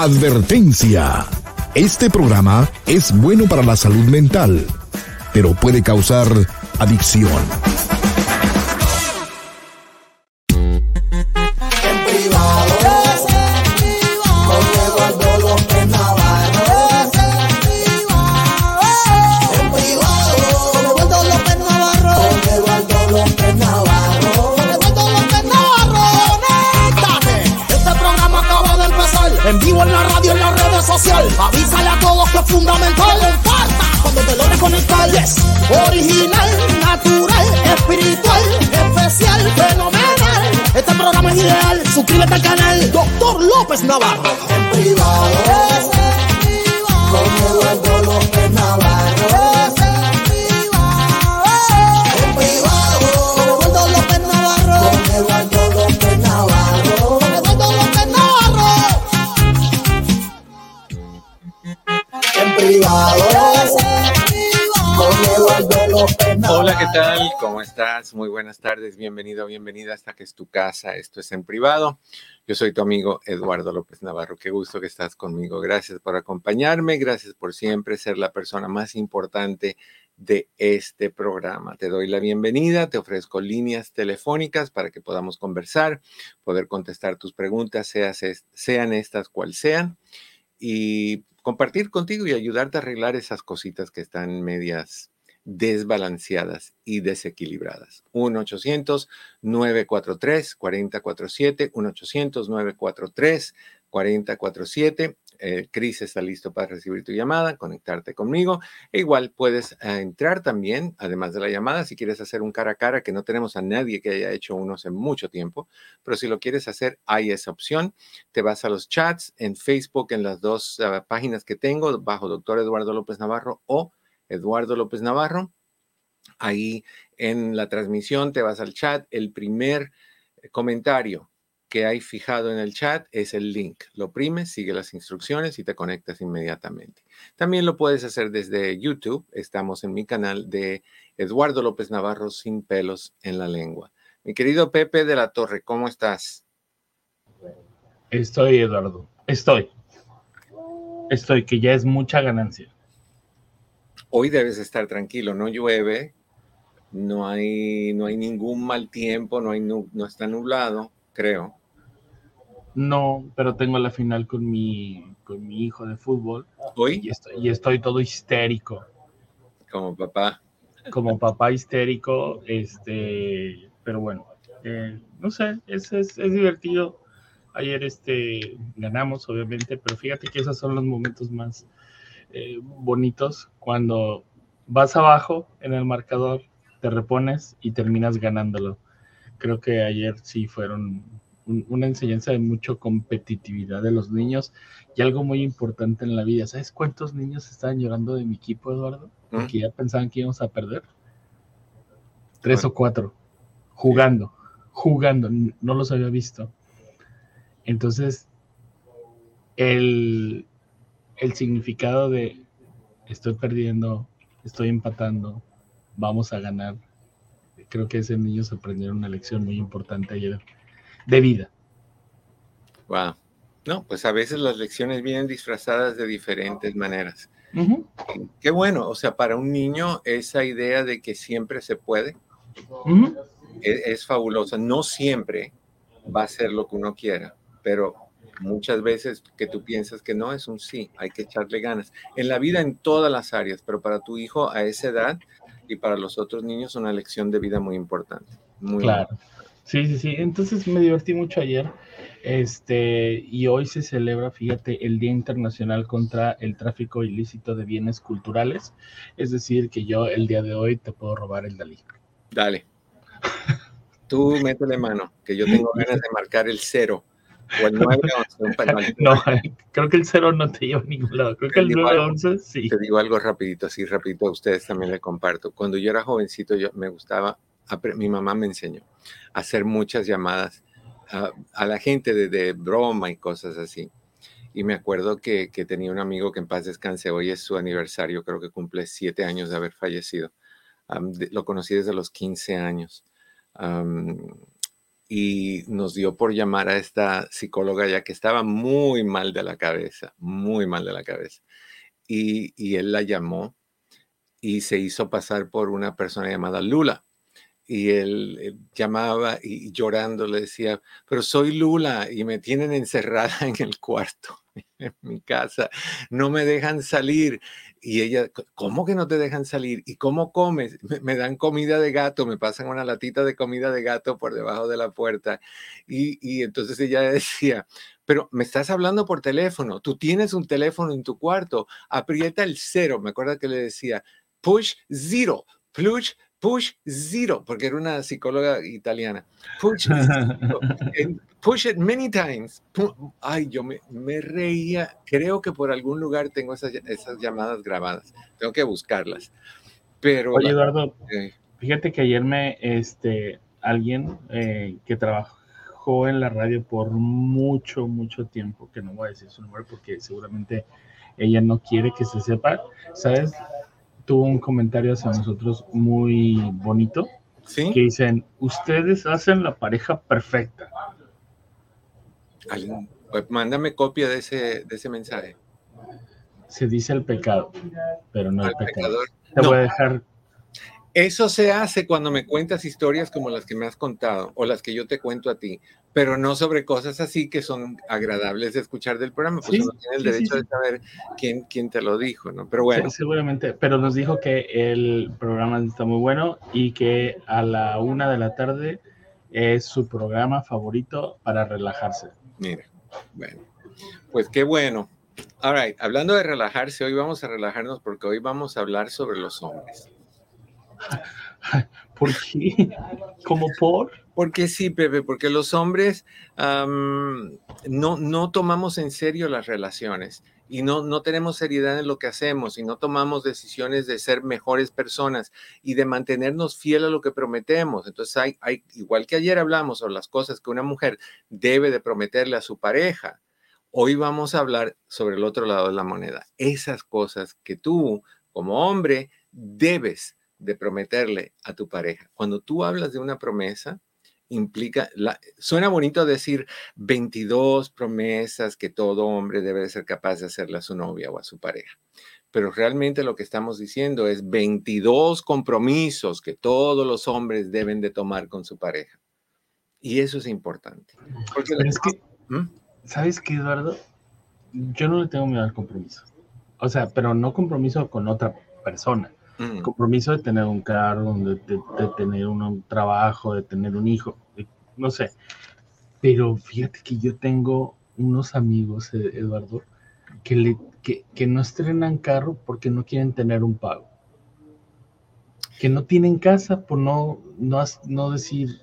Advertencia. Este programa es bueno para la salud mental, pero puede causar adicción. En vivo en la radio, en las redes sociales. Avísale a todos que es fundamental. Comparta cuando te logres conectar. Yes. Original, natural, espiritual, especial, fenomenal. Este programa es ideal. Suscríbete al canal Dr. López Navarro. En privado. Con Eduardo López Navarro. En privado. Con Eduardo López Navarro. Con Eduardo López Navarro. Con Eduardo López Navarro. Hola, ¿qué tal? ¿Cómo estás? Muy buenas tardes, bienvenido, bienvenida hasta que es tu casa. Esto es En Privado. Yo soy tu amigo Eduardo López Navarro. Qué gusto que estás conmigo. Gracias por acompañarme, gracias por siempre ser la persona más importante de este programa. Te doy la bienvenida, te ofrezco líneas telefónicas para que podamos conversar, poder contestar tus preguntas, sean estas cual sean, y compartir contigo y ayudarte a arreglar esas cositas que están medias desbalanceadas y desequilibradas. 1-800-943-4047, 1-800-943-4047. Chris está listo para recibir tu llamada, conectarte conmigo. E igual puedes entrar también, además de la llamada, si quieres hacer un cara a cara, que no tenemos a nadie que haya hecho uno hace mucho tiempo, pero si lo quieres hacer, hay esa opción. Te vas a los chats en Facebook, en las dos páginas que tengo, bajo Dr. Eduardo López Navarro o Eduardo López Navarro. Ahí en la transmisión te vas al chat. El primer comentario que hay fijado en el chat es el link. Lo oprimes, sigue las instrucciones y te conectas inmediatamente. También lo puedes hacer desde YouTube. Estamos en mi canal de Eduardo López Navarro sin pelos en la lengua. Mi querido Pepe de la Torre, ¿cómo estás? Estoy, Eduardo. Estoy, que ya es mucha ganancia. Hoy debes estar tranquilo, no llueve, no hay ningún mal tiempo, no está nublado, creo. No, pero tengo la final con mi hijo de fútbol. ¿Hoy? Y estoy todo histérico. Como papá. Como papá histérico, pero bueno, no sé, es divertido. Ayer ganamos, obviamente, pero fíjate que esos son los momentos más bonitos, cuando vas abajo en el marcador, te repones y terminas ganándolo. Creo que ayer sí fueron una enseñanza de mucha competitividad de los niños y algo muy importante en la vida. ¿Sabes cuántos niños estaban llorando de mi equipo, Eduardo? Porque ya pensaban que íbamos a perder. 3 o 4, jugando, no los había visto. Entonces, el significado de estoy perdiendo, estoy empatando, vamos a ganar. Creo que ese niño se aprendieron una lección muy importante ayer de vida. Wow. No, pues a veces las lecciones vienen disfrazadas de diferentes maneras. Uh-huh. Qué bueno, o sea, para un niño esa idea de que siempre se puede Uh-huh. es fabulosa. No siempre va a ser lo que uno quiera, pero muchas veces que tú piensas que no es un sí, hay que echarle ganas. En la vida, en todas las áreas, pero para tu hijo a esa edad y para los otros niños una lección de vida muy importante. Muy claro. Importante. Sí. Entonces me divertí mucho ayer. Y hoy se celebra, fíjate, el Día Internacional contra el Tráfico Ilícito de Bienes Culturales. Es decir, que yo el día de hoy te puedo robar el Dalí. Dale. Tú métele mano, que yo tengo ganas de marcar el 0 o el 911. No, creo que el 0 no te lleva a ningún lado. Creo que el 911 sí. Te digo algo rapidito, a ustedes también le comparto. Cuando yo era jovencito, me gustaba, mi mamá me enseñó a hacer muchas llamadas a la gente de broma y cosas así. Y me acuerdo que tenía un amigo que en paz descanse, hoy es su aniversario, creo que cumple 7 años de haber fallecido. Lo conocí desde los 15 años. y nos dio por llamar a esta psicóloga ya que estaba muy mal de la cabeza, muy mal de la cabeza. Y él la llamó y se hizo pasar por una persona llamada Lula. Y él llamaba y llorando le decía, pero soy Lula y me tienen encerrada en el cuarto, en mi casa, no me dejan salir. Y ella, ¿cómo que no te dejan salir? ¿Y cómo comes? Me dan comida de gato, me pasan una latita de comida de gato por debajo de la puerta. Y entonces ella decía, pero me estás hablando por teléfono, tú tienes un teléfono en tu cuarto, aprieta el 0, me acuerdo que le decía, push 0, push 0, porque era una psicóloga italiana. Push 0, push it many times. Ay, yo me reía. Creo que por algún lugar tengo esas llamadas grabadas. Tengo que buscarlas. Pero Oye, Eduardo, fíjate que ayer alguien que trabajó en la radio por mucho tiempo, que no voy a decir su nombre porque seguramente ella no quiere que se sepa, ¿sabes? Tuvo un comentario hacia nosotros muy bonito. ¿Sí? Que dicen, ustedes hacen la pareja perfecta. Pues mándame copia de ese mensaje. Se dice el pecado, pero no el pecado. Te voy a dejar. Eso se hace cuando me cuentas historias como las que me has contado o las que yo te cuento a ti, pero no sobre cosas así que son agradables de escuchar del programa, pues uno tiene el derecho de saber quién te lo dijo, ¿no? Pero bueno. Sí, seguramente, pero nos dijo que el programa está muy bueno y que a la 1 de la tarde es su programa favorito para relajarse. Mira, bueno, pues qué bueno. All right, hablando de relajarse, hoy vamos a relajarnos porque hoy vamos a hablar sobre los hombres. ¿Por qué? ¿Cómo por? Porque sí, Pepe, porque los hombres no tomamos en serio las relaciones y no tenemos seriedad en lo que hacemos y no tomamos decisiones de ser mejores personas y de mantenernos fiel a lo que prometemos. Entonces, hay igual que ayer hablamos sobre las cosas que una mujer debe de prometerle a su pareja. Hoy vamos a hablar sobre el otro lado de la moneda. Esas cosas que tú, como hombre, debes de prometerle a tu pareja. Cuando tú hablas de una promesa, implica, suena bonito decir 22 promesas que todo hombre debe de ser capaz de hacerle a su novia o a su pareja. Pero realmente lo que estamos diciendo es 22 compromisos que todos los hombres deben de tomar con su pareja. Y eso es importante. Porque pero es que, ¿sabes qué, Eduardo? Yo no le tengo miedo al compromiso. O sea, pero no compromiso con otra persona. Compromiso de tener un carro, de tener un trabajo, de tener un hijo, no sé. Pero fíjate que yo tengo unos amigos, Eduardo, que no estrenan carro porque no quieren tener un pago. Que no tienen casa por no decir,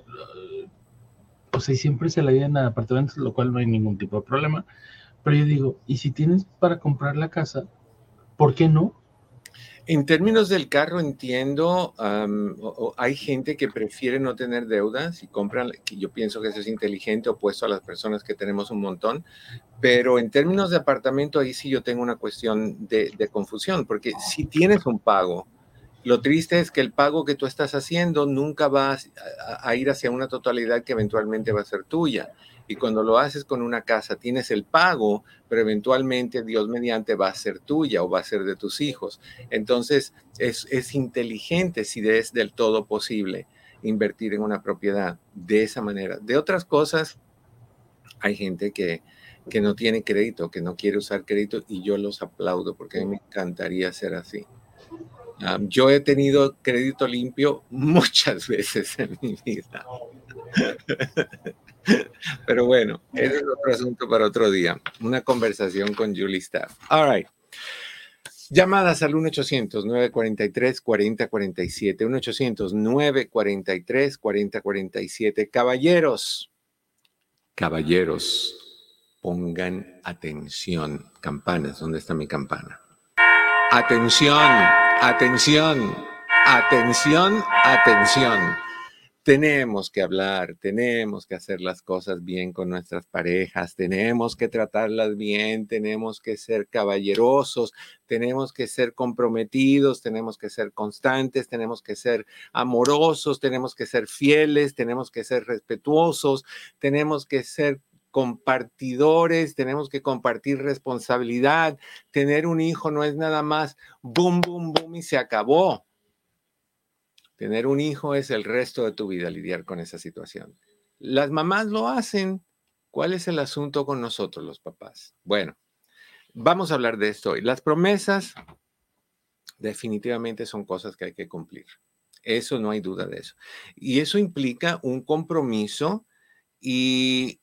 o sea, siempre se la viven a apartamentos, lo cual no hay ningún tipo de problema. Pero yo digo, ¿y si tienes para comprar la casa, por qué no? En términos del carro, entiendo, hay gente que prefiere no tener deudas y compran, que yo pienso que eso es inteligente, opuesto a las personas que tenemos un montón, pero en términos de apartamento, ahí sí yo tengo una cuestión de confusión, porque si tienes un pago, lo triste es que el pago que tú estás haciendo nunca va a ir hacia una totalidad que eventualmente va a ser tuya. Y cuando lo haces con una casa, tienes el pago, pero eventualmente, Dios mediante, va a ser tuya o va a ser de tus hijos. Entonces, es inteligente, si es del todo posible, invertir en una propiedad de esa manera. De otras cosas, hay gente que no tiene crédito, que no quiere usar crédito, y yo los aplaudo porque a mí me encantaría ser así. Yo he tenido crédito limpio muchas veces en mi vida. Pero bueno, ese es otro asunto para otro día. Una conversación con Julie Staff. All right. Llamadas al 1-800-943-4047. 1-800-943-4047. Caballeros, pongan atención. Campanas, ¿dónde está mi campana? Atención, atención, atención, atención. Tenemos que hablar, tenemos que hacer las cosas bien con nuestras parejas, tenemos que tratarlas bien, tenemos que ser caballerosos, tenemos que ser comprometidos, tenemos que ser constantes, tenemos que ser amorosos, tenemos que ser fieles, tenemos que ser respetuosos, tenemos que ser compartidores, tenemos que compartir responsabilidad. Tener un hijo no es nada más boom, boom, boom y se acabó. Tener un hijo es el resto de tu vida, lidiar con esa situación. Las mamás lo hacen. ¿Cuál es el asunto con nosotros, los papás? Bueno, vamos a hablar de esto hoy. Las promesas definitivamente son cosas que hay que cumplir. Eso no hay duda de eso. Y eso implica un compromiso y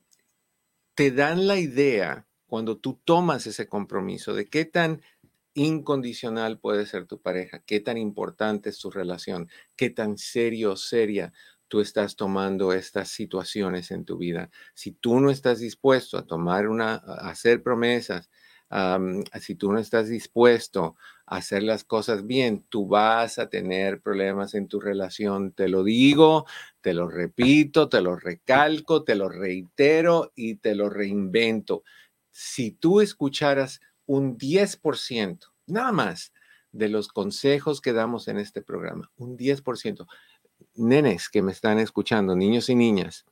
te dan la idea cuando tú tomas ese compromiso de qué tan incondicional puede ser tu pareja, qué tan importante es tu relación, qué tan serio o seria tú estás tomando estas situaciones en tu vida. Si tú no estás dispuesto a hacer promesas, si tú no estás dispuesto a hacer las cosas bien, tú vas a tener problemas en tu relación. Te lo digo, te lo repito, te lo recalco, te lo reitero y te lo reinvento. Si tú escucharas un 10%, nada más, de los consejos que damos en este programa, un 10%, nenes que me están escuchando, niños y niñas,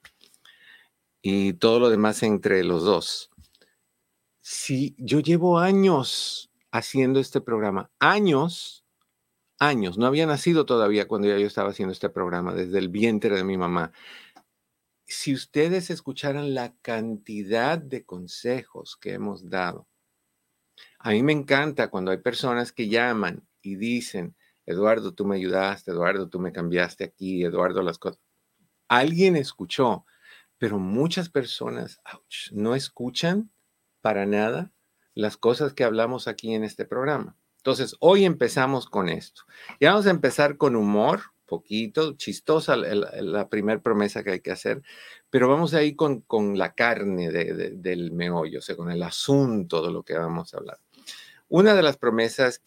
y todo lo demás entre los dos. Si yo llevo años haciendo este programa, años, no había nacido todavía cuando yo estaba haciendo este programa, desde el vientre de mi mamá. Si ustedes escucharan la cantidad de consejos que hemos dado, a mí me encanta cuando hay personas que llaman y dicen, Eduardo, tú me ayudaste, Eduardo, tú me cambiaste aquí, Eduardo, las cosas. Alguien escuchó, pero muchas personas, ouch, no escuchan para nada las cosas que hablamos aquí en este programa. Entonces, hoy empezamos con esto. Y vamos a empezar con humor, poquito, chistosa la primera promesa que hay que hacer, pero vamos a ir con la carne del meollo, o sea, con el asunto de lo que vamos a hablar. Una de las promesas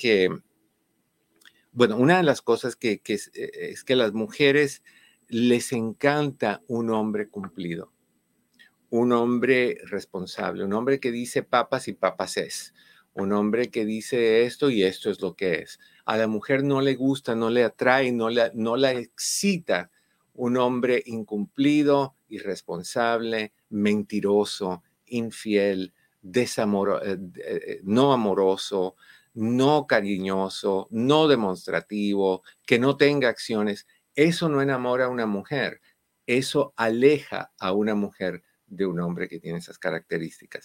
una de las cosas es que a las mujeres les encanta un hombre cumplido, un hombre responsable, un hombre que dice papas y papas es, un hombre que dice esto y esto es lo que es. A la mujer no le gusta, no le atrae, no la excita un hombre incumplido, irresponsable, mentiroso, infiel, no amoroso, no cariñoso, no demostrativo, que no tenga acciones. Eso no enamora a una mujer. Eso aleja a una mujer de un hombre que tiene esas características.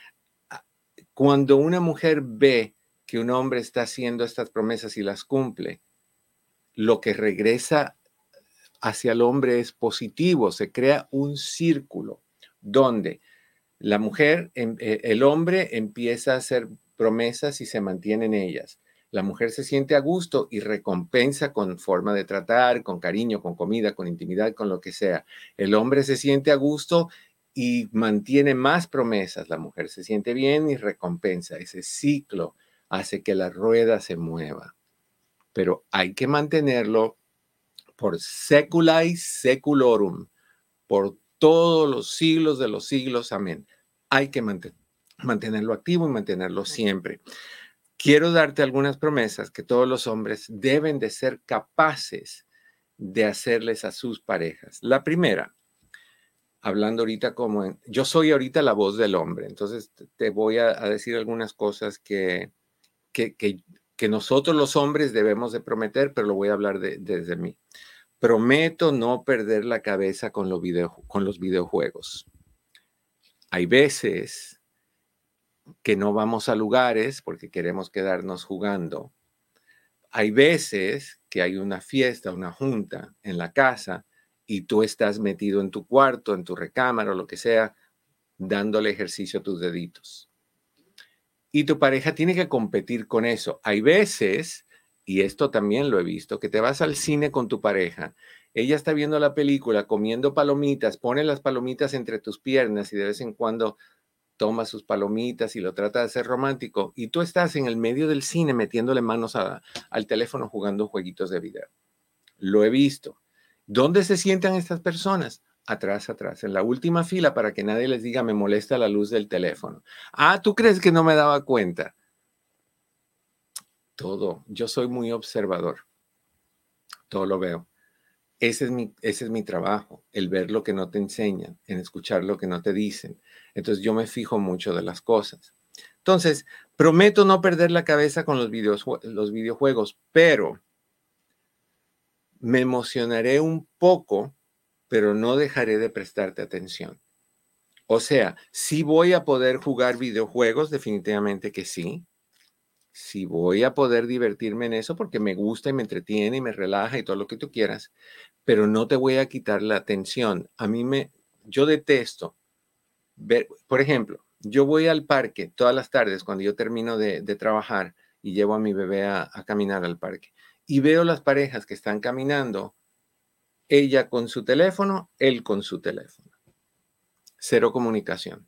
Cuando una mujer ve que un hombre está haciendo estas promesas y las cumple, lo que regresa hacia el hombre es positivo. Se crea un círculo donde la mujer, el hombre empieza a hacer promesas y se mantiene en ellas. La mujer se siente a gusto y recompensa con forma de tratar, con cariño, con comida, con intimidad, con lo que sea. El hombre se siente a gusto y mantiene más promesas. La mujer se siente bien y recompensa. Ese ciclo hace que la rueda se mueva. Pero hay que mantenerlo por seculae seculorum, por todos los siglos de los siglos. Amén. Hay que mantenerlo activo y mantenerlo siempre. Quiero darte algunas promesas que todos los hombres deben de ser capaces de hacerles a sus parejas. La primera, hablando ahorita yo soy ahorita la voz del hombre, entonces te voy a decir algunas cosas que nosotros los hombres debemos de prometer, pero lo voy a hablar desde mí. Prometo no perder la cabeza con los videojuegos. Hay veces que no vamos a lugares porque queremos quedarnos jugando. Hay veces que hay una fiesta, una junta en la casa y tú estás metido en tu cuarto, en tu recámara o lo que sea, dándole ejercicio a tus deditos. Y tu pareja tiene que competir con eso. Hay veces, y esto también lo he visto, que te vas al cine con tu pareja. Ella está viendo la película, comiendo palomitas, pone las palomitas entre tus piernas y de vez en cuando toma sus palomitas y lo trata de hacer romántico. Y tú estás en el medio del cine metiéndole manos al teléfono jugando jueguitos de video. Lo he visto. ¿Dónde se sientan estas personas? Atrás, atrás, en la última fila para que nadie les diga me molesta la luz del teléfono. Ah, ¿tú crees que no me daba cuenta? Todo. Yo soy muy observador. Todo lo veo. Ese es mi trabajo, el ver lo que no te enseñan, en escuchar lo que no te dicen. Entonces yo me fijo mucho de las cosas. Entonces, prometo no perder la cabeza con los videojuegos, pero me emocionaré un poco, pero no dejaré de prestarte atención. O sea, sí voy a poder jugar videojuegos, definitivamente que sí. Sí voy a poder divertirme en eso porque me gusta y me entretiene y me relaja y todo lo que tú quieras, pero no te voy a quitar la atención. Yo detesto ver, por ejemplo, yo voy al parque todas las tardes cuando yo termino de trabajar y llevo a mi bebé a caminar al parque y veo las parejas que están caminando, ella con su teléfono, él con su teléfono. Cero comunicación.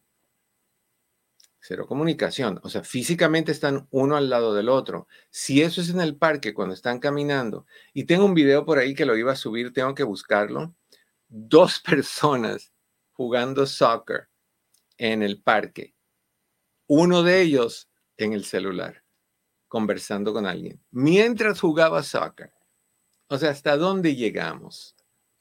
Cero comunicación. O sea, físicamente están uno al lado del otro. Si eso es en el parque cuando están caminando, y tengo un video por ahí que lo iba a subir, tengo que buscarlo. 2 personas jugando soccer en el parque. Uno de ellos en el celular, conversando con alguien, mientras jugaba soccer. O sea, ¿hasta dónde llegamos?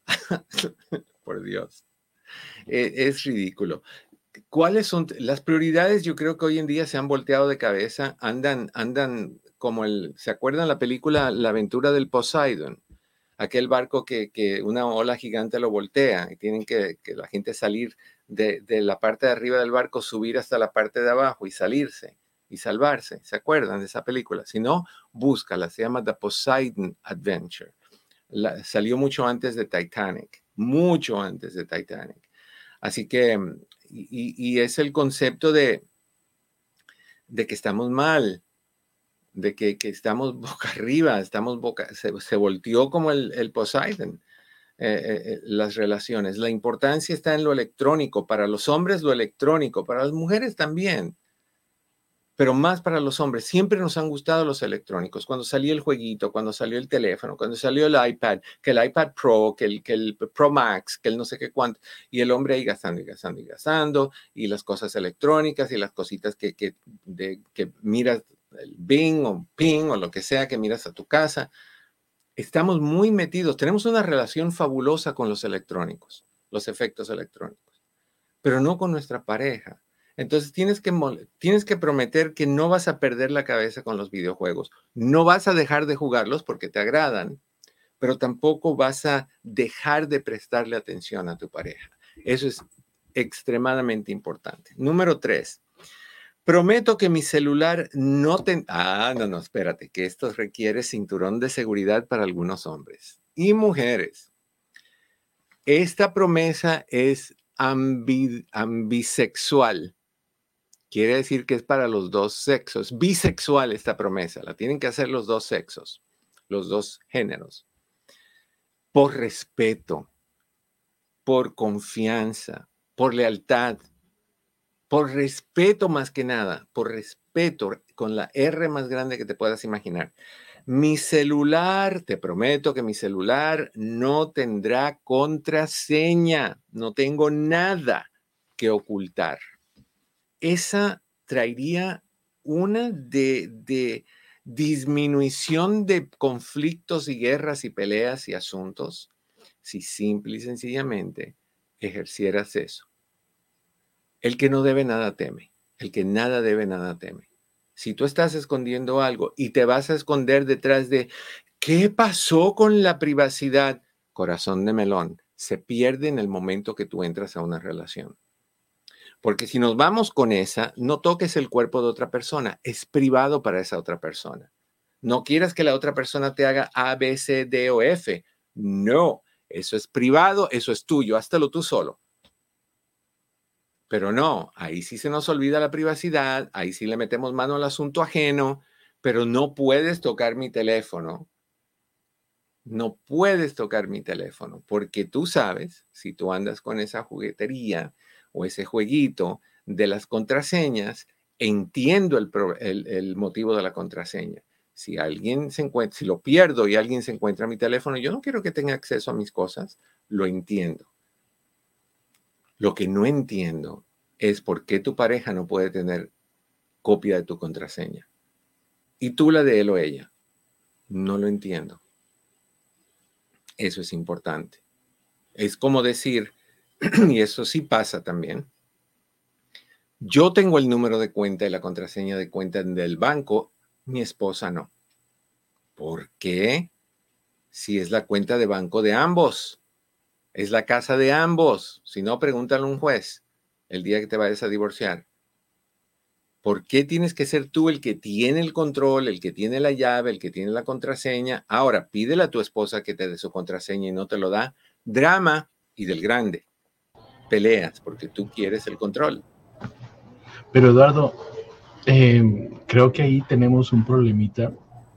Por Dios. Es ridículo. ¿Cuáles son las prioridades? Yo creo que hoy en día se han volteado de cabeza, andan como ¿se acuerdan la película La aventura del Poseidon? Aquel barco que una ola gigante lo voltea y tienen que la gente salir de la parte de arriba del barco, subir hasta la parte de abajo y salirse y salvarse. ¿Se acuerdan de esa película? Si no, búscala, se llama The Poseidon Adventure. Salió mucho antes de Titanic, mucho antes de Titanic. Así que, y es el concepto de que estamos mal, de que estamos boca arriba, se volteó como el Poseidon, las relaciones. La importancia está en lo electrónico, para los hombres lo electrónico, para las mujeres también, pero más para los hombres. Siempre nos han gustado los electrónicos. Cuando salió el jueguito, cuando salió el teléfono, cuando salió el iPad, que el iPad Pro, que el Pro Max, que el no sé qué cuánto, y el hombre ahí gastando y gastando y gastando, y las cosas electrónicas y las cositas que miras, el Bing o Ping o lo que sea que miras a tu casa. Estamos muy metidos. Tenemos una relación fabulosa con los electrónicos, los efectos electrónicos, pero no con nuestra pareja. Entonces tienes que prometer que no vas a perder la cabeza con los videojuegos. No vas a dejar de jugarlos porque te agradan, pero tampoco vas a dejar de prestarle atención a tu pareja. Eso es extremadamente importante. Número 3. Prometo que mi celular no te... no, espérate, que esto requiere cinturón de seguridad para algunos hombres y mujeres. Esta promesa es ambisexual. Quiere decir que es para los dos sexos. Bisexual esta promesa. La tienen que hacer los dos sexos, los dos géneros. Por respeto, por confianza, por lealtad, por respeto más que nada, por respeto con la R más grande que te puedas imaginar. Mi celular, te prometo que mi celular no tendrá contraseña. No tengo nada que ocultar. Esa traería una de disminución de conflictos y guerras y peleas y asuntos si simple y sencillamente ejercieras eso. El que no debe nada teme. El que nada debe nada teme. Si tú estás escondiendo algo y te vas a esconder detrás de ¿qué pasó con la privacidad? Corazón de melón, se pierde en el momento que tú entras a una relación. Porque si nos vamos con esa, no toques el cuerpo de otra persona. Es privado para esa otra persona. No quieras que la otra persona te haga A, B, C, D o F. No, eso es privado, eso es tuyo. Háztelo tú solo. Pero no, ahí sí se nos olvida la privacidad. Ahí sí le metemos mano al asunto ajeno. Pero no puedes tocar mi teléfono. No puedes tocar mi teléfono. Porque tú sabes, si tú andas con esa juguetería o ese jueguito de las contraseñas, entiendo el motivo de la contraseña. Si alguien se encuentra, si lo pierdo y alguien se encuentra mi teléfono, yo no quiero que tenga acceso a mis cosas, lo entiendo. Lo que no entiendo es por qué tu pareja no puede tener copia de tu contraseña y tú la de él o ella. No lo entiendo. Eso es importante. Es como decir, y eso sí pasa también, yo tengo el número de cuenta y la contraseña de cuenta del banco, mi esposa no. ¿Por qué? Si es la cuenta de banco de ambos, es la casa de ambos. Si no, pregúntale a un juez el día que te vayas a divorciar. ¿Por qué tienes que ser tú el que tiene el control, el que tiene la llave, el que tiene la contraseña? Ahora, pídele a tu esposa que te dé su contraseña y no te lo da. Drama y del grande. Peleas porque tú quieres el control. Pero Eduardo, creo que ahí tenemos un problemita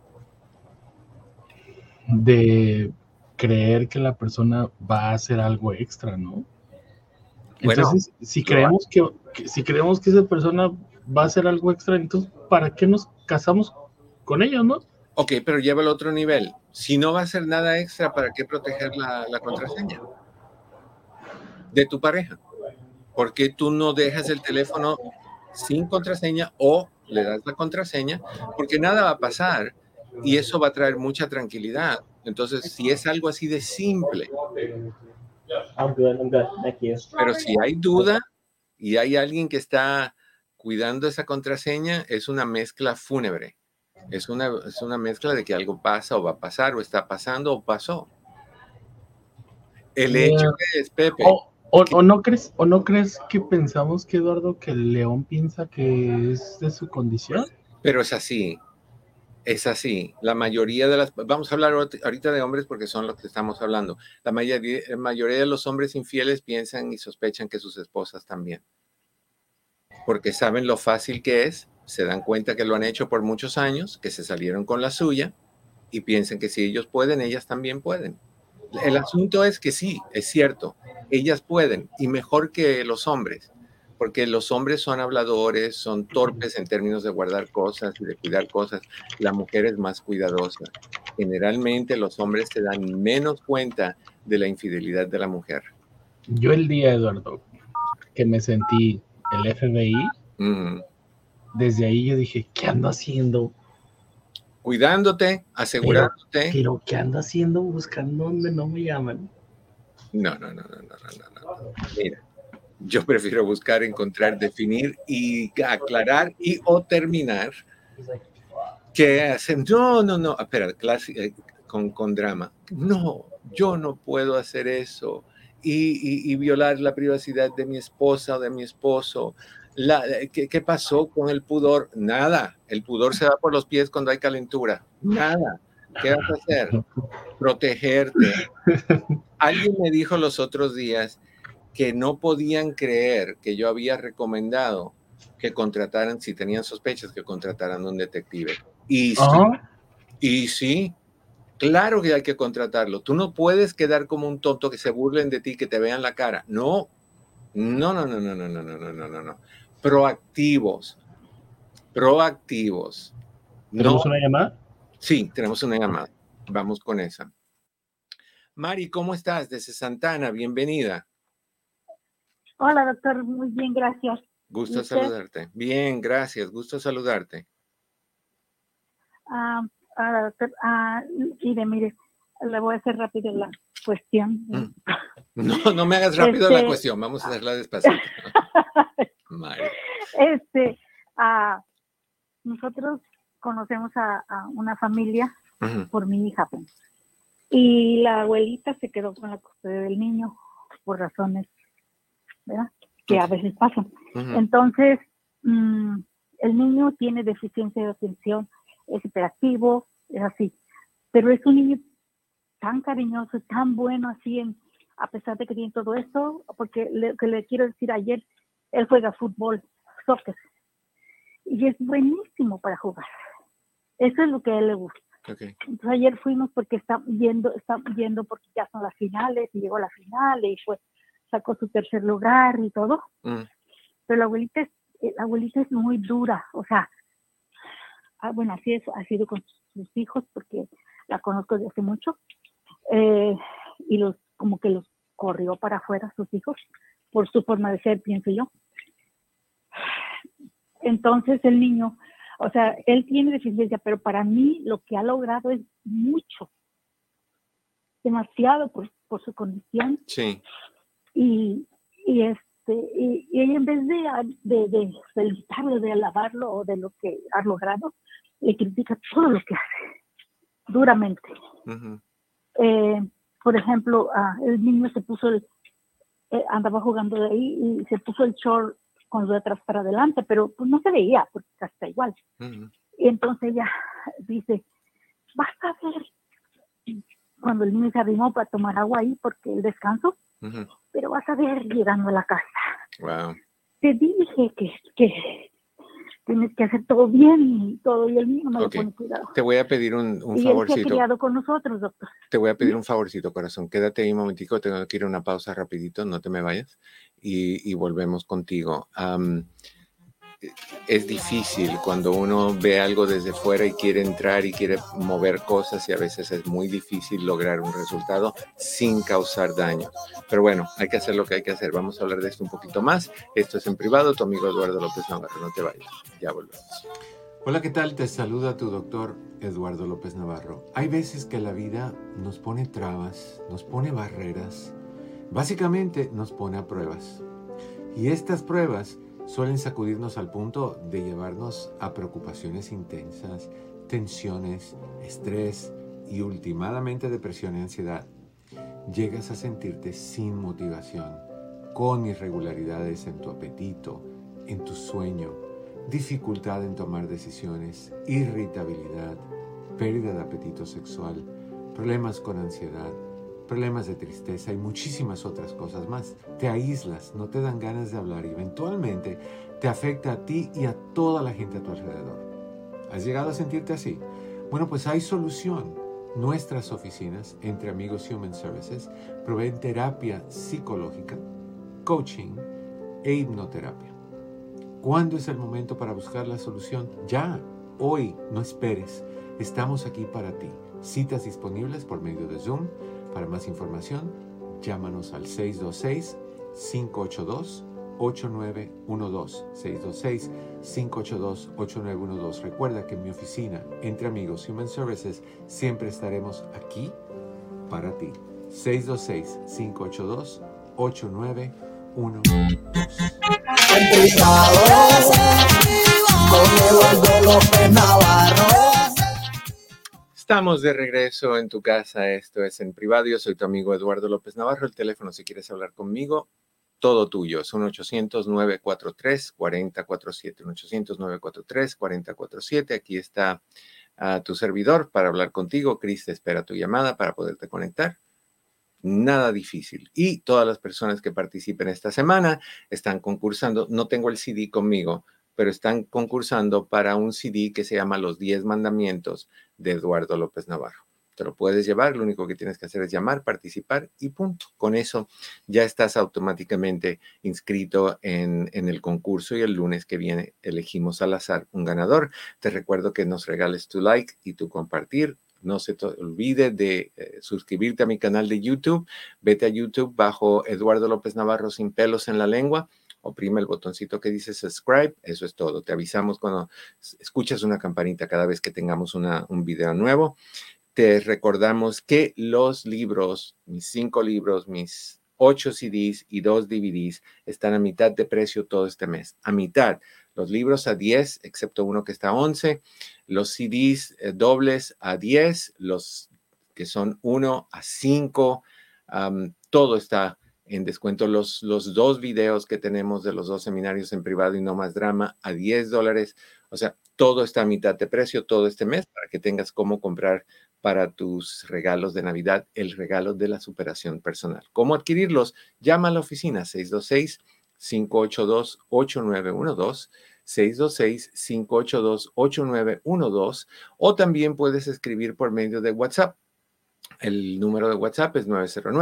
de creer que la persona va a hacer algo extra, ¿no? Entonces, Bueno, si creemos si creemos que esa persona va a hacer algo extra, entonces, ¿para qué nos casamos con ella, no? ok, pero llévalo a otro nivel. Si no va a hacer nada extra, ¿para qué proteger la contraseña de tu pareja? ¿Por qué tú no dejas el teléfono sin contraseña o le das la contraseña? Porque nada va a pasar y eso va a traer mucha tranquilidad. Entonces, si es algo así de simple, I'm good. Thank you. pero si hay duda y hay alguien que está cuidando esa contraseña, es una mezcla fúnebre. Es una mezcla de que algo pasa o va a pasar o está pasando o pasó. El hecho es, Pepe, ¿O no crees que pensamos que Eduardo, que el león piensa que es de su condición? pero es así. Es así. La mayoría de las... Vamos a hablar ahorita de hombres porque son los que estamos hablando. La mayoría de los hombres infieles piensan y sospechan que sus esposas también. Porque saben lo fácil que es, se dan cuenta que lo han hecho por muchos años, que se salieron con la suya y piensan que si ellos pueden, ellas también pueden. El asunto es que sí, es cierto, ellas pueden y mejor que los hombres. Porque los hombres son habladores, son torpes en términos de guardar cosas y de cuidar cosas. La mujer es más cuidadosa. Generalmente los hombres se dan menos cuenta de la infidelidad de la mujer. Yo el día, Eduardo, que me sentí el FBI, desde ahí yo dije, ¿qué ando haciendo? Cuidándote, asegurándote. Pero ¿qué ando haciendo buscando donde no me llaman? No. Mira. Yo prefiero buscar, encontrar, definir y aclarar y o terminar que hacen. No. Espera, con drama. No, yo no puedo hacer eso y violar la privacidad de mi esposa o de mi esposo. ¿Qué pasó con el pudor? Nada. El pudor se va por los pies cuando hay calentura. Nada. ¿Qué vas a hacer? Protegerte. Alguien me dijo los otros días que no podían creer que yo había recomendado que contrataran, si tenían sospechas, que contrataran un detective. Y sí, claro que hay que contratarlo. Tú no puedes quedar como un tonto que se burlen de ti, que te vean la cara. No. Proactivos. ¿Tenemos una llamada? Sí, tenemos una llamada. Vamos con esa. Mari, ¿cómo estás? Desde Santana, bienvenida. Hola, doctor. Muy bien, gracias. Gusto saludarte. Bien, gracias. Gusto saludarte. Doctor, mire, le voy a hacer rápido la cuestión. No me hagas rápido la cuestión. Vamos a hacerla despacito. Mari. Nosotros conocemos a una familia por mi hija. Y la abuelita se quedó con la custodia del niño por razones, ¿verdad?, que a veces pasan. Entonces, el niño tiene deficiencia de atención, es hiperactivo, es así. Pero es un niño tan cariñoso, tan bueno así, a pesar de que tiene todo esto, porque le quiero decir, ayer él juega fútbol, soccer, y es buenísimo para jugar. Eso es lo que a él le gusta. Okay. Entonces ayer fuimos porque está yendo porque ya son las finales, y llegó a la final y sacó su tercer lugar y todo. Pero la abuelita es muy dura, o sea, bueno, así ha sido con sus hijos, porque la conozco desde hace mucho, y como que los corrió para afuera sus hijos, por su forma de ser, pienso yo. Entonces el niño, o sea, él tiene deficiencia, pero para mí lo que ha logrado es mucho, demasiado por su condición. Sí. Y ella, en vez de felicitarlo, de alabarlo o de lo que ha logrado, le critica todo lo que hace, duramente. Uh-huh. Por ejemplo, el niño se puso, andaba jugando de ahí y se puso el short con lo de atrás para adelante, pero pues no se veía, porque está igual. Uh-huh. Y entonces ella dice, vas a ver, cuando el niño se arrimó para tomar agua ahí, porque el descanso, uh-huh, pero vas a ver llegando a la casa. wow. Te dije que tienes que hacer todo bien y todo, y el niño no le pone cuidado. Te voy a pedir un y favorcito. Y él se ha criado con nosotros, doctor. Te voy a pedir un favorcito, corazón. Quédate ahí un momentico, tengo que ir a una pausa rapidito, no te me vayas, y volvemos contigo. Es difícil cuando uno ve algo desde fuera y quiere entrar y quiere mover cosas, y a veces es muy difícil lograr un resultado sin causar daño. Pero bueno, hay que hacer lo que hay que hacer. Vamos a hablar de esto un poquito más. Esto es En Privado, tu amigo Eduardo López Navarro. No te vayas, ya volvemos. Hola, ¿qué tal? Te saluda tu doctor Eduardo López Navarro. Hay veces que la vida nos pone trabas, nos pone barreras, básicamente nos pone a pruebas. Y estas pruebas suelen sacudirnos al punto de llevarnos a preocupaciones intensas, tensiones, estrés y últimamente depresión y ansiedad. Llegas a sentirte sin motivación, con irregularidades en tu apetito, en tu sueño, dificultad en tomar decisiones, irritabilidad, pérdida de apetito sexual, problemas con ansiedad, problemas de tristeza y muchísimas otras cosas más. Te aíslas, no te dan ganas de hablar y eventualmente te afecta a ti y a toda la gente a tu alrededor. ¿Has llegado a sentirte así? Bueno, pues hay solución. Nuestras oficinas, Entre Amigos Human Services, proveen terapia psicológica, coaching e hipnoterapia. ¿Cuándo es el momento para buscar la solución? Ya, hoy, no esperes. Estamos aquí para ti. Citas disponibles por medio de Zoom. Para más información, llámanos al 626-582-8912. 626-582-8912. Recuerda que en mi oficina, Entre Amigos Human Services, siempre estaremos aquí para ti. 626-582-8912. En Privado, con Eduardo López Navarro. Estamos de regreso en tu casa. Esto es En Privado. Yo soy tu amigo Eduardo López Navarro. El teléfono, si quieres hablar conmigo, todo tuyo. Es 1-800-943-4047. 1-800-943-4047. Aquí está tu servidor para hablar contigo. Cris te espera tu llamada para poderte conectar. Nada difícil. Y todas las personas que participen esta semana están concursando. No tengo el CD conmigo, pero están concursando para un CD que se llama Los 10 Mandamientos de Eduardo López Navarro. Te lo puedes llevar, lo único que tienes que hacer es llamar, participar y punto. Con eso ya estás automáticamente inscrito en el concurso, y el lunes que viene elegimos al azar un ganador. Te recuerdo que nos regales tu like y tu compartir. No se te olvide de suscribirte a mi canal de YouTube. Vete a YouTube bajo Eduardo López Navarro sin pelos en la lengua. Oprime el botoncito que dice subscribe. Eso es todo. Te avisamos cuando escuchas una campanita cada vez que tengamos un video nuevo. Te recordamos que los libros, mis 5 libros, mis 8 CDs y 2 DVDs están a mitad de precio todo este mes. A mitad. Los libros a 10, excepto uno que está a 11. Los CDs dobles a 10. Los que son 1 a 5. Todo está en descuento. Los 2 videos que tenemos de los 2 seminarios En Privado y No Más Drama a $10. O sea, todo está a mitad de precio todo este mes para que tengas cómo comprar para tus regalos de Navidad, el regalo de la superación personal. ¿Cómo adquirirlos? Llama a la oficina 626-582-8912, 626-582-8912, o también puedes escribir por medio de WhatsApp El número de WhatsApp es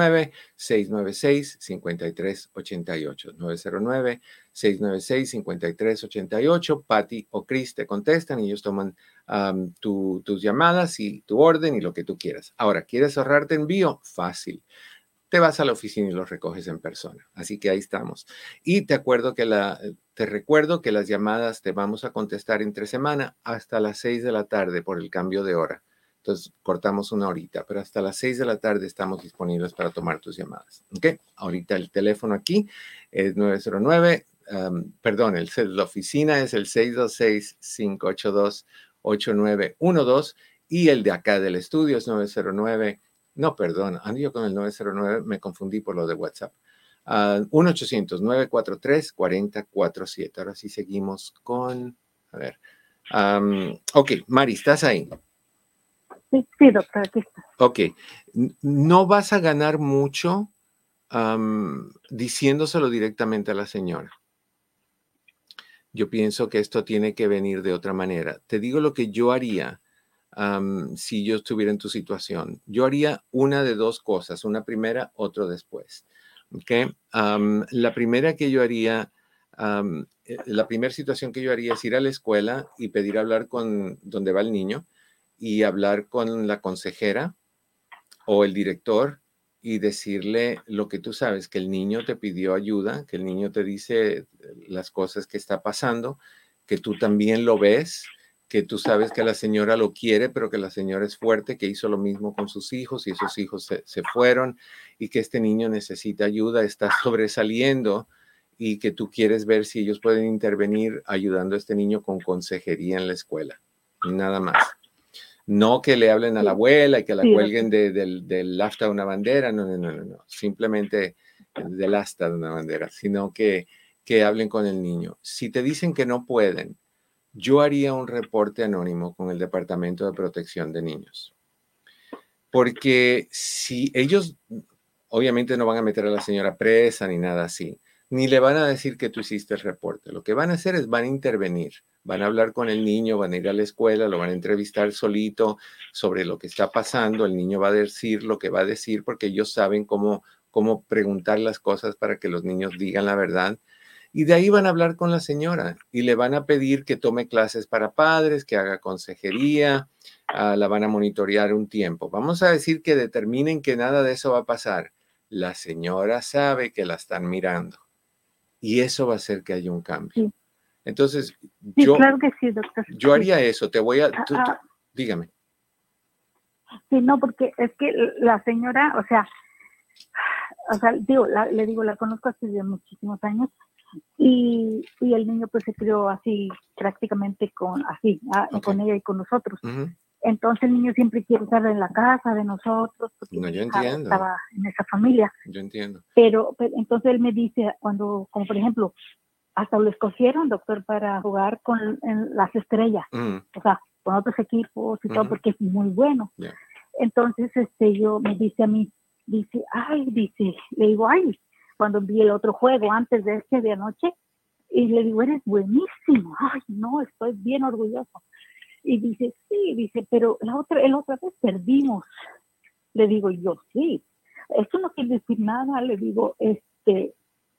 909-696-5388. 909-696-5388. Patty o Chris te contestan y ellos toman tus llamadas y tu orden y lo que tú quieras. Ahora, ¿quieres ahorrarte envío? Fácil. Te vas a la oficina y los recoges en persona. Así que ahí estamos. Y te recuerdo que las llamadas te vamos a contestar entre semana hasta las 6 de la tarde por el cambio de hora. Entonces, cortamos una horita, pero hasta las 6 de la tarde estamos disponibles para tomar tus llamadas. ¿Ok? Ahorita el teléfono aquí es 909, la oficina es el 626-582-8912 y el de acá del estudio es 909. No, perdón, ando yo con el 909, me confundí por lo de WhatsApp. 1-800-943-4047. Ahora sí seguimos con, a ver. Ok, Mari, ¿estás ahí? Sí, doctor, aquí está. Ok, no vas a ganar mucho diciéndoselo directamente a la señora. Yo pienso que esto tiene que venir de otra manera. Te digo lo que yo haría si yo estuviera en tu situación. Yo haría una de dos cosas, una primera, otro después. ¿Okay? La primera que yo haría, la primera situación que yo haría es ir a la escuela y pedir hablar con donde va el niño y hablar con la consejera o el director y decirle lo que tú sabes, que el niño te pidió ayuda, que el niño te dice las cosas que está pasando, que tú también lo ves, que tú sabes que la señora lo quiere, pero que la señora es fuerte, que hizo lo mismo con sus hijos y esos hijos se fueron y que este niño necesita ayuda, está sobresaliendo y que tú quieres ver si ellos pueden intervenir ayudando a este niño con consejería en la escuela. Nada más. No que le hablen a la abuela y que la cuelguen del asta de una bandera, no. Simplemente del asta de una bandera, sino que hablen con el niño. Si te dicen que no pueden, yo haría un reporte anónimo con el Departamento de Protección de Niños. Porque si ellos, obviamente no van a meter a la señora presa ni nada así, ni le van a decir que tú hiciste el reporte. Lo que van a hacer es van a intervenir, van a hablar con el niño, van a ir a la escuela, lo van a entrevistar solito sobre lo que está pasando. El niño va a decir lo que va a decir porque ellos saben cómo preguntar las cosas para que los niños digan la verdad. Y de ahí van a hablar con la señora y le van a pedir que tome clases para padres, que haga consejería, la van a monitorear un tiempo. Vamos a decir que determinen que nada de eso va a pasar. La señora sabe que la están mirando y eso va a hacer que haya un cambio. Sí. Entonces, sí, claro que sí, doctor. Yo haría eso. Te voy a... dígame. Sí, no, porque es que la señora, o sea, digo, le digo, la conozco hace de muchísimos años. Y el niño pues se crió así prácticamente con ella y con nosotros. Uh-huh. Entonces el niño siempre quiere estar en la casa de nosotros porque yo entiendo. Estaba en esa familia. Yo entiendo. Pero entonces él me dice como por ejemplo, hasta lo escogieron, doctor, para jugar en las estrellas, uh-huh. O sea, con otros equipos y uh-huh. todo, porque es muy bueno. Yeah. Entonces me dice a mí, le digo, cuando vi el otro juego antes de de anoche, y le digo, eres buenísimo. Ay, no, estoy bien orgulloso. Y dice, sí, pero la otra vez perdimos. Le digo, yo sí. Eso no quiere decir nada, le digo, en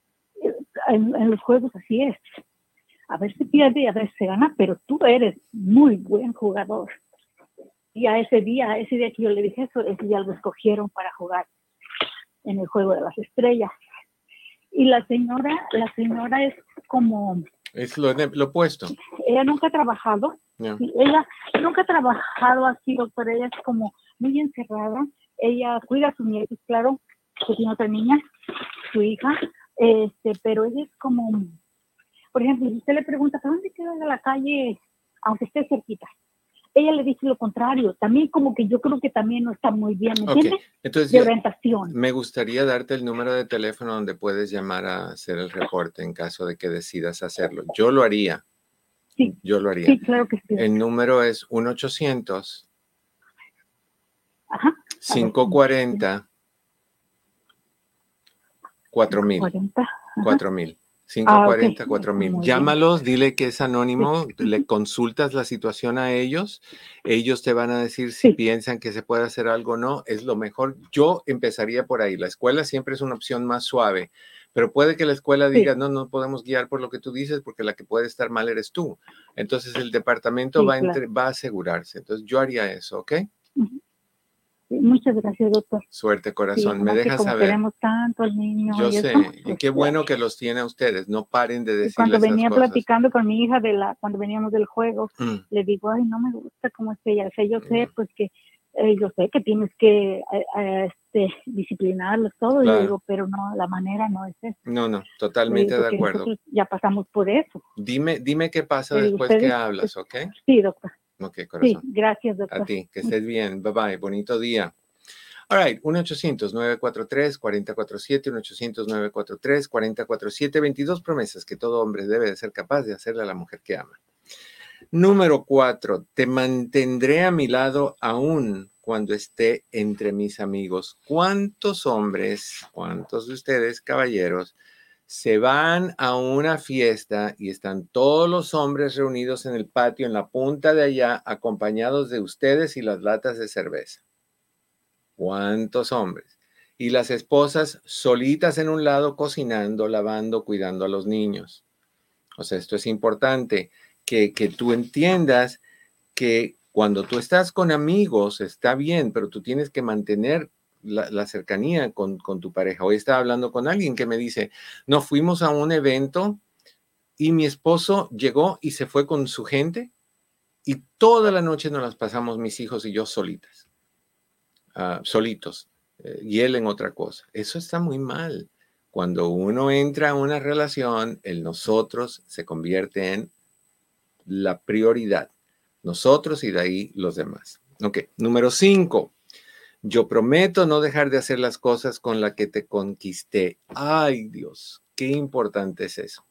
los juegos así es. A ver si pierde y a ver si gana, pero tú eres muy buen jugador. Y a ese día que yo le dije eso, ese día lo escogieron para jugar en el juego de las estrellas. Y la señora es como... Es lo opuesto. Ella nunca ha trabajado. Yeah. Ella nunca ha trabajado así, doctor. Ella es como muy encerrada. Ella cuida a sus nietos, claro, que tiene otra niña, su hija. Pero ella es como... Por ejemplo, si usted le pregunta, ¿para dónde queda la calle? Aunque esté cerquita. Ella le dice lo contrario. También como que yo creo que también no está muy bien, ¿me entiendes? Entonces, de orientación. Me gustaría darte el número de teléfono donde puedes llamar a hacer el reporte en caso de que decidas hacerlo. Yo lo haría. Sí. Yo lo haría. Sí, claro que sí. El número es 1-800 Ajá. 540 4000. 4000. 540 4000. Muy Llámalos, dile que es anónimo, le consultas la situación a ellos. Ellos te van a decir si piensan que se puede hacer algo o no. Es lo mejor. Yo empezaría por ahí. La escuela siempre es una opción más suave, pero puede que la escuela diga, no podemos guiar por lo que tú dices porque la que puede estar mal eres tú. Entonces el departamento va a asegurarse. Entonces yo haría eso, ¿ok? Muchas gracias, doctor. Suerte, corazón. Sí, me dejas como saber. queremos tanto al niño. Yo y sé, eso, y qué bueno que los tiene a ustedes. No paren de decirles cuando esas venía cosas. platicando con mi hija cuando veníamos del juego, le digo, ay, no me gusta cómo es ella. O sea, yo sé, pues que yo sé que tienes que disciplinarlos todo, Claro. y digo, pero no, la manera no es esa. No, totalmente de acuerdo. Nosotros ya pasamos por eso. Dime qué pasa después que hablas, ¿ok? Sí, doctor. Ok, corazón. Sí, gracias, doctor. A ti, que estés bien. Bye bye, bonito día. All right, 1-800-943-4047, 1-800-943-4047, 22 promesas que todo hombre debe de ser capaz de hacerle a la mujer que ama. Número 4, te mantendré a mi lado aún cuando esté entre mis amigos. ¿Cuántos hombres, cuántos de ustedes, caballeros, se van a una fiesta y están todos los hombres reunidos en el patio, en la punta de allá, acompañados de ustedes y las latas de cerveza? ¿Cuántos hombres? Y las esposas solitas en un lado, cocinando, lavando, cuidando a los niños. O sea, esto es importante, que tú entiendas que cuando tú estás con amigos está bien, pero tú tienes que mantener la cercanía con tu pareja. Hoy estaba hablando con alguien que me dice, nos fuimos a un evento y mi esposo llegó y se fue con su gente y toda la noche nos las pasamos mis hijos y yo solitas, solitos, y él en otra cosa. Eso está muy mal. Cuando uno entra a una relación, el nosotros se convierte en la prioridad. Nosotros y de ahí los demás. Ok, número 5. Yo prometo no dejar de hacer las cosas con las que te conquisté. Ay, Dios, qué importante es eso.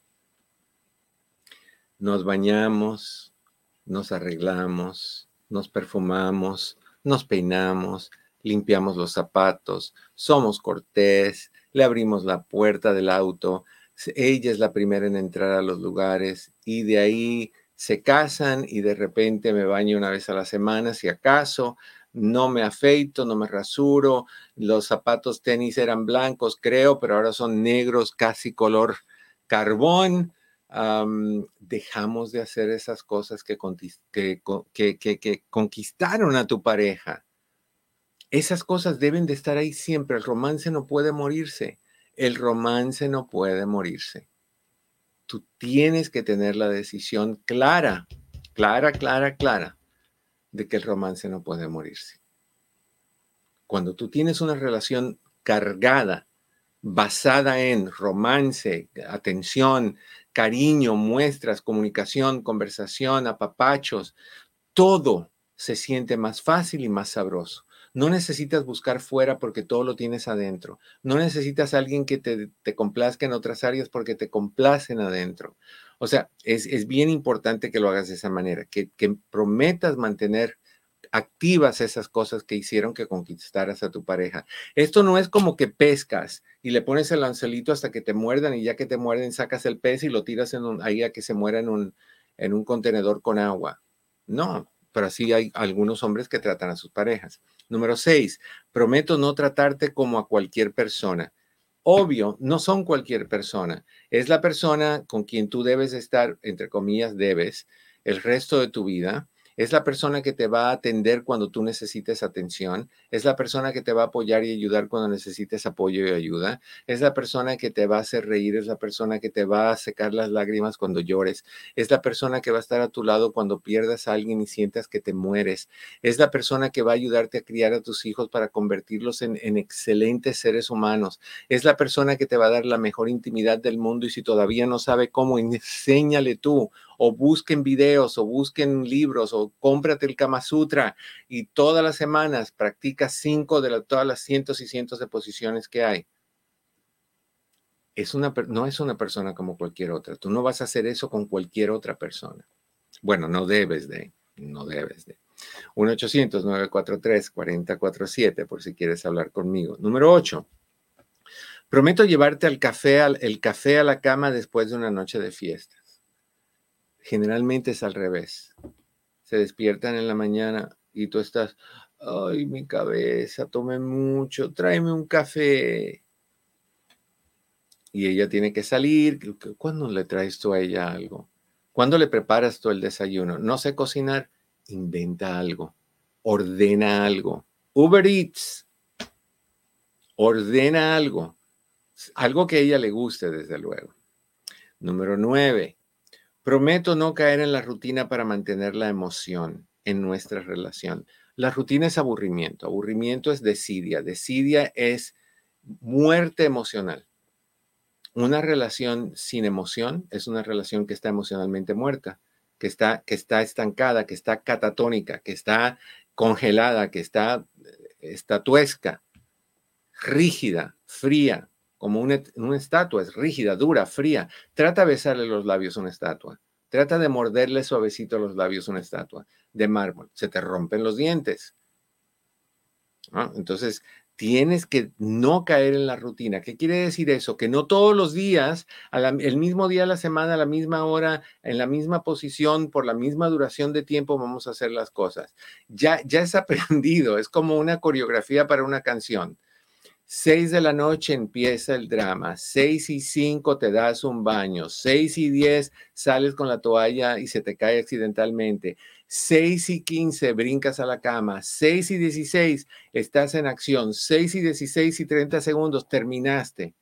Nos bañamos, nos arreglamos, nos perfumamos, nos peinamos, limpiamos los zapatos, somos cortés, le abrimos la puerta del auto, ella es la primera en entrar a los lugares y de ahí se casan y de repente me baño una vez a la semana, si acaso, no me afeito, no me rasuro, los zapatos tenis eran blancos, creo, pero ahora son negros, casi color carbón. Dejamos de hacer esas cosas que conquistaron a tu pareja. Esas cosas deben de estar ahí siempre. El romance no puede morirse. El romance no puede morirse. Tú tienes que tener la decisión clara, de que el romance no puede morirse. Cuando tú tienes una relación cargada, basada en romance, atención, cariño, muestras, comunicación, conversación, apapachos, todo se siente más fácil y más sabroso. No necesitas buscar fuera porque todo lo tienes adentro. No necesitas a alguien que te complazca en otras áreas porque te complacen adentro. O sea, es bien importante que lo hagas de esa manera, que prometas mantener activas esas cosas que hicieron que conquistaras a tu pareja. Esto no es como que pescas y le pones el anzuelito hasta que te muerdan y ya que te muerden sacas el pez y lo tiras ahí a que se muera en un contenedor con agua. No, pero así hay algunos hombres que tratan a sus parejas. Número 6, prometo no tratarte como a cualquier persona. Obvio, no son cualquier persona. Es la persona con quien tú debes estar, entre comillas, debes, el resto de tu vida. Es la persona que te va a atender cuando tú necesites atención. Es la persona que te va a apoyar y ayudar cuando necesites apoyo y ayuda. Es la persona que te va a hacer reír. Es la persona que te va a secar las lágrimas cuando llores. Es la persona que va a estar a tu lado cuando pierdas a alguien y sientas que te mueres. Es la persona que va a ayudarte a criar a tus hijos para convertirlos en excelentes seres humanos. Es la persona que te va a dar la mejor intimidad del mundo y si todavía no sabe cómo, enséñale tú. O busquen videos, o busquen libros, o cómprate el Kama Sutra y todas las semanas practica 5 de todas las cientos y cientos de posiciones que hay. No es una persona como cualquier otra. Tú no vas a hacer eso con cualquier otra persona. Bueno, no debes de. 1-800-943-4047 por si quieres hablar conmigo. Número 8. Prometo llevarte el café a la cama después de una noche de fiestas. Generalmente es al revés. Se despiertan en la mañana y tú estás, ay, mi cabeza, tomé mucho, tráeme un café. Y ella tiene que salir. ¿Cuándo le traes tú a ella algo? ¿Cuándo le preparas tú el desayuno? No sé cocinar, inventa algo, ordena algo. Uber Eats, ordena algo que a ella le guste, desde luego. Número 9, prometo no caer en la rutina para mantener la emoción en nuestra relación. La rutina es aburrimiento, aburrimiento es desidia es muerte emocional. Una relación sin emoción es una relación que está emocionalmente muerta, que está estancada, que está catatónica, que está congelada, que está estatuesca, rígida, fría, como una estatua, es rígida, dura, fría. Trata de besarle los labios a una estatua. Trata de morderle suavecito los labios a una estatua de mármol. Se te rompen los dientes. ¿No? Entonces, tienes que no caer en la rutina. ¿Qué quiere decir eso? Que no todos los días, el mismo día de la semana, a la misma hora, en la misma posición, por la misma duración de tiempo, vamos a hacer las cosas. Ya es aprendido, es como una coreografía para una canción. 6 de la noche empieza el drama, 6:05 te das un baño, 6:10 sales con la toalla y se te cae accidentalmente, 6:15 brincas a la cama, 6:16 estás en acción, 6:16 y 30 segundos terminaste.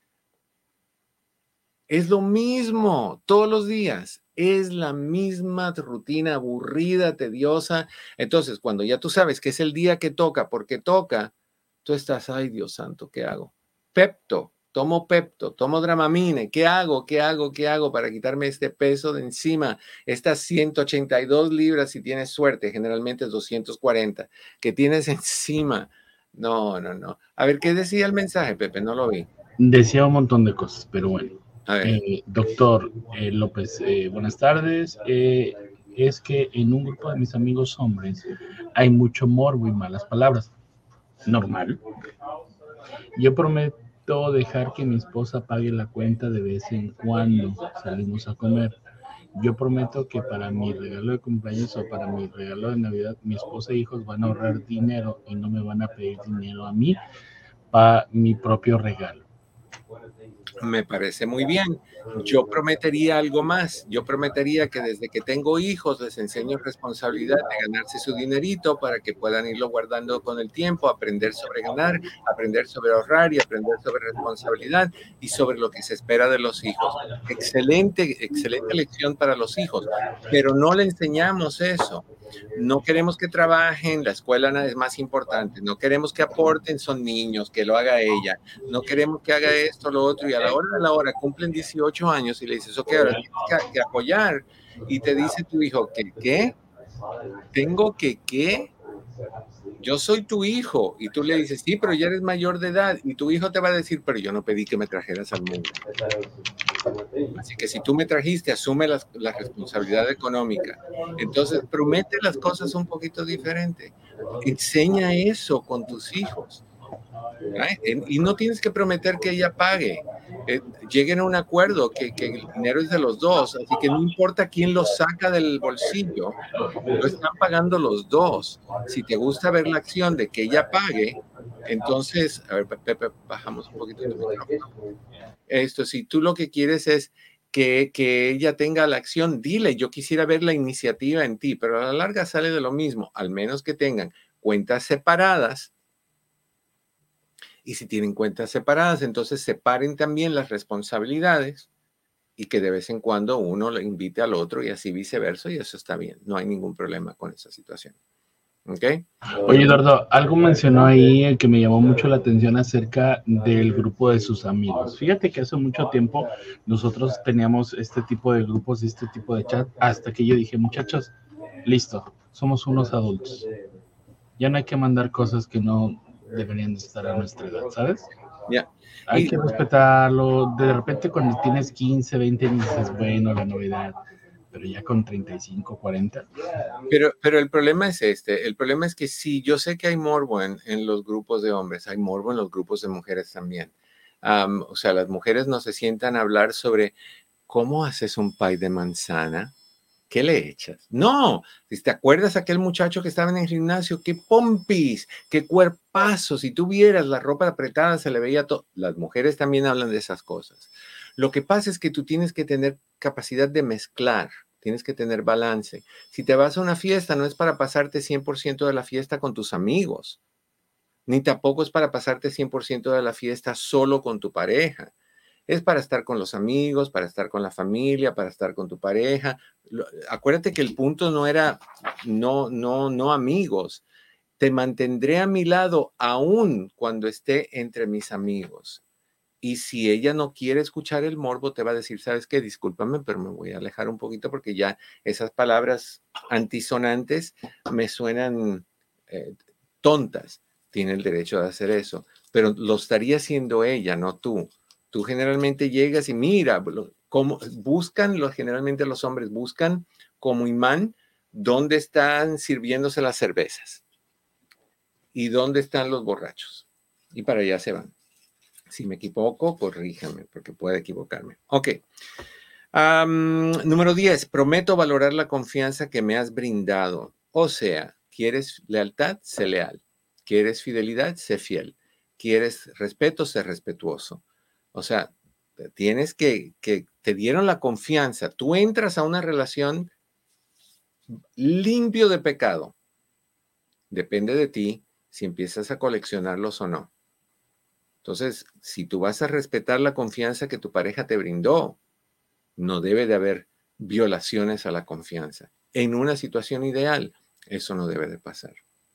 Es lo mismo todos los días, es la misma rutina aburrida, tediosa. Entonces, cuando ya tú sabes que es el día que toca, porque toca, tú estás, ay, Dios santo, ¿qué hago? Pepto, tomo Dramamine, ¿qué hago para quitarme este peso de encima? Estas 182 libras, si tienes suerte, generalmente es 240, que tienes encima. No. A ver, ¿qué decía el mensaje, Pepe? No lo vi. Decía un montón de cosas, pero bueno. A ver. Doctor López, buenas tardes. Es que en un grupo de mis amigos hombres hay mucho morbo y malas palabras. Normal. Yo prometo dejar que mi esposa pague la cuenta de vez en cuando salimos a comer. Yo prometo que para mi regalo de cumpleaños o para mi regalo de Navidad, mi esposa e hijos van a ahorrar dinero y no me van a pedir dinero a mí para mi propio regalo. Me parece muy bien. Yo prometería algo más. Yo prometería que desde que tengo hijos les enseño responsabilidad de ganarse su dinerito para que puedan irlo guardando con el tiempo, aprender sobre ganar, aprender sobre ahorrar y aprender sobre responsabilidad y sobre lo que se espera de los hijos. Excelente lección para los hijos, pero no le enseñamos eso. No queremos que trabajen, la escuela es más importante. No queremos que aporten, son niños, que lo haga ella. No queremos que haga esto, lo otro, y a la hora cumplen 18 años y le dices, ok, ahora tienes que apoyar. Y te dice tu hijo, ¿qué? ¿Tengo que qué? Yo soy tu hijo. Y tú le dices, sí, pero ya eres mayor de edad. Y tu hijo te va a decir, pero yo no pedí que me trajeras al mundo. Así que si tú me trajiste, asume la responsabilidad económica. Entonces, promete las cosas un poquito diferente. Enseña eso con tus hijos. Y no tienes que prometer que ella pague. Lleguen a un acuerdo que el dinero es de los dos, así que no importa quién lo saca del bolsillo, lo están pagando los dos. Si te gusta ver la acción de que ella pague, entonces, a ver, Pepe, bajamos un poquito el micrófono. Si tú lo que quieres es que ella tenga la acción, dile, yo quisiera ver la iniciativa en ti, pero a la larga sale de lo mismo, al menos que tengan cuentas separadas. Y si tienen cuentas separadas, entonces separen también las responsabilidades y que de vez en cuando uno le invite al otro y así viceversa, y eso está bien. No hay ningún problema con esa situación. ¿Ok? Oye, Eduardo, algo mencionó ahí que me llamó mucho la atención acerca del grupo de sus amigos. Fíjate que hace mucho tiempo nosotros teníamos este tipo de grupos, este tipo de chat, hasta que yo dije, muchachos, listo, somos unos adultos. Ya no hay que mandar cosas que no deberían de estar a nuestra edad, ¿sabes? Ya. Hay que respetarlo. De repente cuando tienes 15, 20 años dices, bueno, la novedad, pero ya con 35, 40. Pero el problema es el problema es que sí, yo sé que hay morbo en los grupos de hombres, hay morbo en los grupos de mujeres también, O sea, las mujeres no se sientan a hablar sobre cómo haces un pie de manzana. ¿Qué le echas? No, si te acuerdas aquel muchacho que estaba en el gimnasio, qué pompis, qué cuerpazo, si tú vieras la ropa apretada se le veía todo. Las mujeres también hablan de esas cosas. Lo que pasa es que tú tienes que tener capacidad de mezclar, tienes que tener balance. Si te vas a una fiesta, no es para pasarte 100% de la fiesta con tus amigos, ni tampoco es para pasarte 100% de la fiesta solo con tu pareja. Es para estar con los amigos, para estar con la familia, para estar con tu pareja. Acuérdate que el punto no era no amigos. Te mantendré a mi lado aún cuando esté entre mis amigos. Y si ella no quiere escuchar el morbo, te va a decir, ¿sabes qué? Discúlpame, pero me voy a alejar un poquito porque ya esas palabras antisonantes me suenan tontas. Tiene el derecho de hacer eso, pero lo estaría haciendo ella, no tú. Tú generalmente llegas y mira, como generalmente los hombres buscan como imán dónde están sirviéndose las cervezas y dónde están los borrachos. Y para allá se van. Si me equivoco, corríjame, porque puede equivocarme. Ok. Número 10. Prometo valorar la confianza que me has brindado. O sea, ¿quieres lealtad? Sé leal. ¿Quieres fidelidad? Sé fiel. ¿Quieres respeto? Sé respetuoso. O sea, tienes que te dieron la confianza. Tú entras a una relación limpio de pecado. Depende de ti si empiezas a coleccionarlos o no. Entonces, si tú vas a respetar la confianza que tu pareja te brindó, no debe de haber violaciones a la confianza. En una situación ideal, eso no debe de pasar.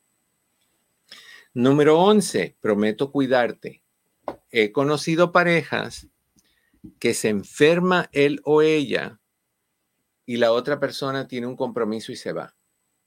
Número 11, prometo cuidarte. He conocido parejas que se enferma él o ella y la otra persona tiene un compromiso y se va.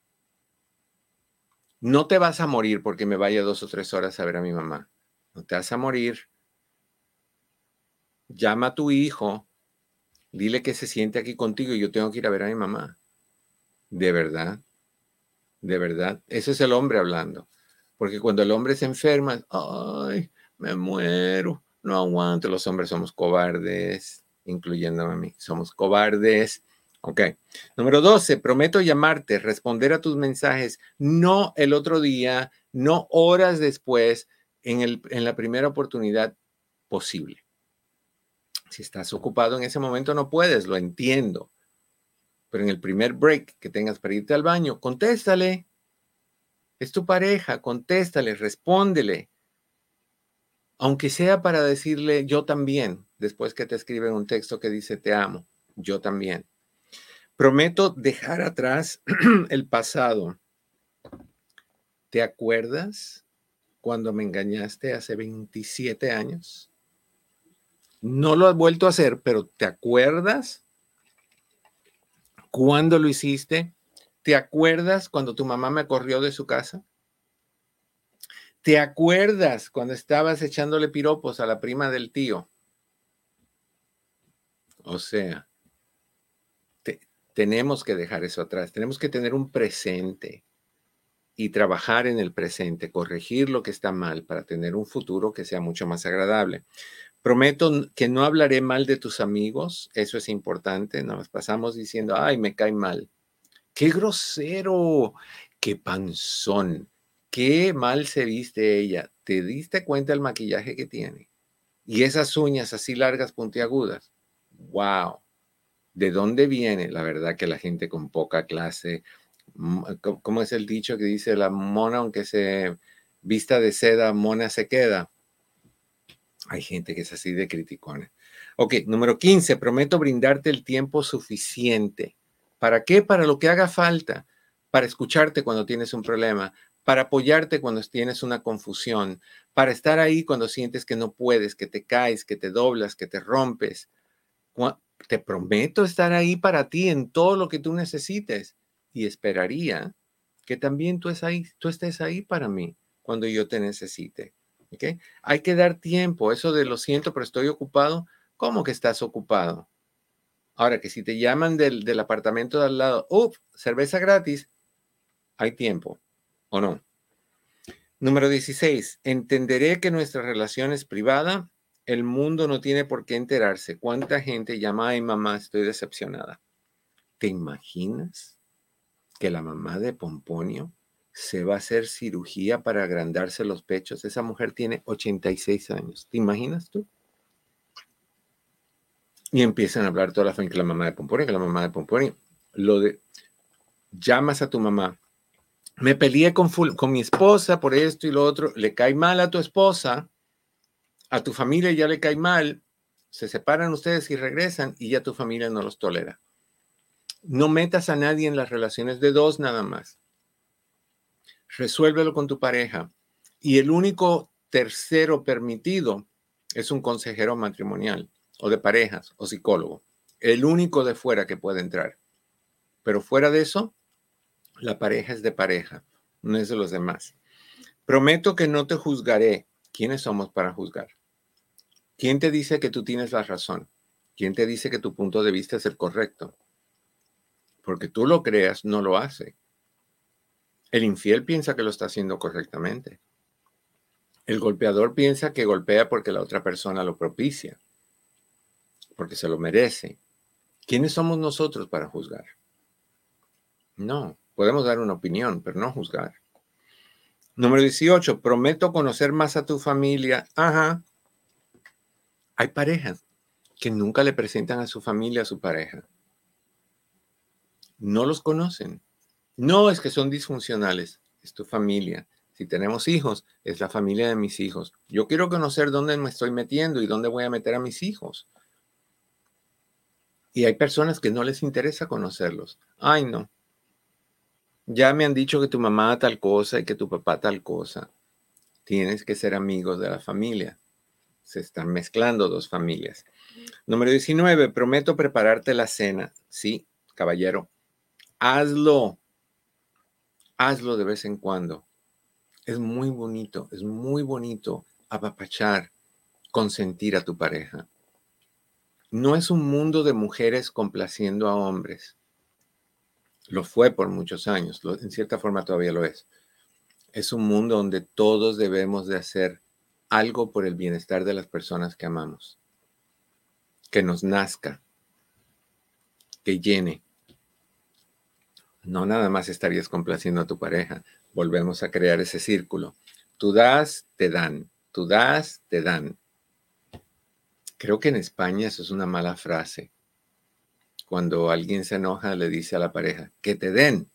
No te vas a morir porque me vaya 2 o 3 horas a ver a mi mamá. No te vas a morir. Llama a tu hijo, dile que se siente aquí contigo y yo tengo que ir a ver a mi mamá. ¿De verdad? ¿De verdad? Ese es el hombre hablando. Porque cuando el hombre se enferma, ¡ay, me muero! No aguanto. Los hombres somos cobardes, incluyéndome a mí. Somos cobardes. Ok. Número 12, prometo llamarte, responder a tus mensajes, no el otro día, no horas después, en la primera oportunidad posible. Si estás ocupado en ese momento no puedes, lo entiendo. Pero en el primer break que tengas para irte al baño, contéstale. Es tu pareja, contéstale, respóndele. Aunque sea para decirle yo también, después que te escriben un texto que dice te amo, yo también. Prometo dejar atrás el pasado. ¿Te acuerdas cuando me engañaste hace 27 años? No lo has vuelto a hacer, pero ¿te acuerdas cuándo lo hiciste? ¿Te acuerdas cuando tu mamá me corrió de su casa? ¿Te acuerdas cuando estabas echándole piropos a la prima del tío? O sea, tenemos que dejar eso atrás. Tenemos que tener un presente y trabajar en el presente, corregir lo que está mal para tener un futuro que sea mucho más agradable. Prometo que no hablaré mal de tus amigos. Eso es importante. Nos pasamos diciendo, ay, me cae mal. ¡Qué grosero! ¡Qué panzón! ¡Qué mal se viste ella! ¿Te diste cuenta del maquillaje que tiene? Y esas uñas así largas, puntiagudas. ¡Wow! ¿De dónde viene? La verdad que la gente con poca clase, ¿cómo es el dicho que dice la mona, aunque se vista de seda, mona se queda? Hay gente que es así de criticona. Ok, número 15, prometo brindarte el tiempo suficiente. ¿Para qué? Para lo que haga falta. Para escucharte cuando tienes un problema, para apoyarte cuando tienes una confusión, para estar ahí cuando sientes que no puedes, que te caes, que te doblas, que te rompes. Te prometo estar ahí para ti en todo lo que tú necesites y esperaría que también tú estés ahí para mí cuando yo te necesite. ¿Okay? Hay que dar tiempo. Eso de lo siento, pero estoy ocupado. ¿Cómo que estás ocupado? Ahora que si te llaman del apartamento de al lado, cerveza gratis, hay tiempo, ¿o no? Número 16. Entenderé que nuestra relación es privada. El mundo no tiene por qué enterarse. ¿Cuánta gente llama ay mamá, estoy decepcionada? ¿Te imaginas que la mamá de Pomponio se va a hacer cirugía para agrandarse los pechos? Esa mujer tiene 86 años. ¿Te imaginas tú? Y empiezan a hablar toda la familia, que la mamá de Pomponio, que la mamá de Pomponio. Llamas a tu mamá. Me peleé con mi esposa por esto y lo otro. Le cae mal a tu esposa. A tu familia ya le cae mal. Se separan ustedes y regresan y ya tu familia no los tolera. No metas a nadie en las relaciones de dos nada más. Resuélvelo con tu pareja. Y el único tercero permitido es un consejero matrimonial o de parejas o psicólogo. El único de fuera que puede entrar. Pero fuera de eso, la pareja es de pareja, no es de los demás. Prometo que no te juzgaré. ¿Quiénes somos para juzgar? ¿Quién te dice que tú tienes la razón? ¿Quién te dice que tu punto de vista es el correcto? Porque tú lo creas, no lo hace. El infiel piensa que lo está haciendo correctamente. El golpeador piensa que golpea porque la otra persona lo propicia, porque se lo merece. ¿Quiénes somos nosotros para juzgar? No, podemos dar una opinión, pero no juzgar. Número 18, prometo conocer más a tu familia. Ajá. Hay parejas que nunca le presentan a su familia a su pareja. No los conocen. No es que son disfuncionales, es tu familia. Si tenemos hijos, es la familia de mis hijos. Yo quiero conocer dónde me estoy metiendo y dónde voy a meter a mis hijos. Y hay personas que no les interesa conocerlos. Ay, no. Ya me han dicho que tu mamá tal cosa y que tu papá tal cosa. Tienes que ser amigos de la familia. Se están mezclando dos familias. Número 19, prometo prepararte la cena. Sí, caballero. Hazlo. Hazlo de vez en cuando. Es muy bonito apapachar, consentir a tu pareja. No es un mundo de mujeres complaciendo a hombres. Lo fue por muchos años, en cierta forma todavía lo es. Es un mundo donde todos debemos de hacer algo por el bienestar de las personas que amamos. Que nos nazca, que llene. No nada más estarías complaciendo a tu pareja. Volvemos a crear ese círculo. Tú das, te dan. Tú das, te dan. Creo que en España eso es una mala frase. Cuando alguien se enoja, le dice a la pareja, que te den.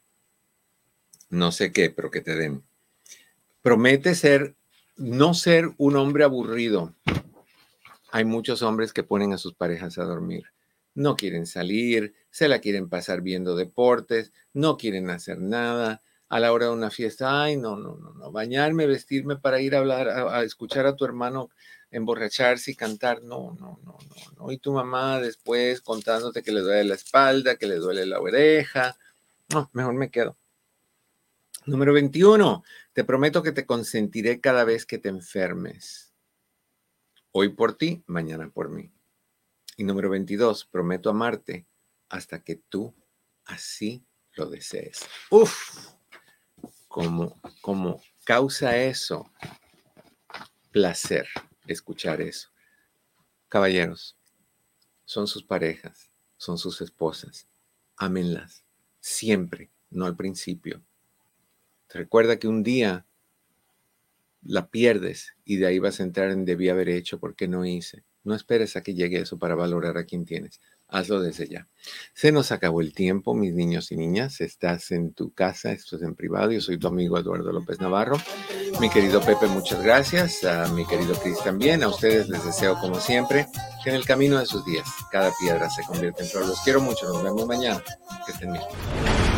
No sé qué, pero que te den. Promete no ser un hombre aburrido. Hay muchos hombres que ponen a sus parejas a dormir. No quieren salir, se la quieren pasar viendo deportes, no quieren hacer nada. A la hora de una fiesta, ay, no. Bañarme, vestirme para ir a hablar, a escuchar a tu hermano emborracharse y cantar, no. Y tu mamá después contándote que le duele la espalda, que le duele la oreja. No, mejor me quedo. Número 21, te prometo que te consentiré cada vez que te enfermes. Hoy por ti, mañana por mí. Y número 22, prometo amarte hasta que tú así lo desees. Uf, como causa eso placer escuchar eso. Caballeros, son sus parejas, son sus esposas. Ámenlas siempre, no al principio. Recuerda que un día la pierdes y de ahí vas a entrar en debí haber hecho porque no hice. No esperes a que llegue eso para valorar a quien tienes. Hazlo desde ya. Se nos acabó el tiempo, mis niños y niñas. Estás en tu casa, esto es en privado. Yo soy tu amigo Eduardo López Navarro. Mi querido Pepe, muchas gracias. A mi querido Cris también. A ustedes les deseo, como siempre, que en el camino de sus días cada piedra se convierta en flor. Los quiero mucho. Nos vemos mañana. Que estén bien.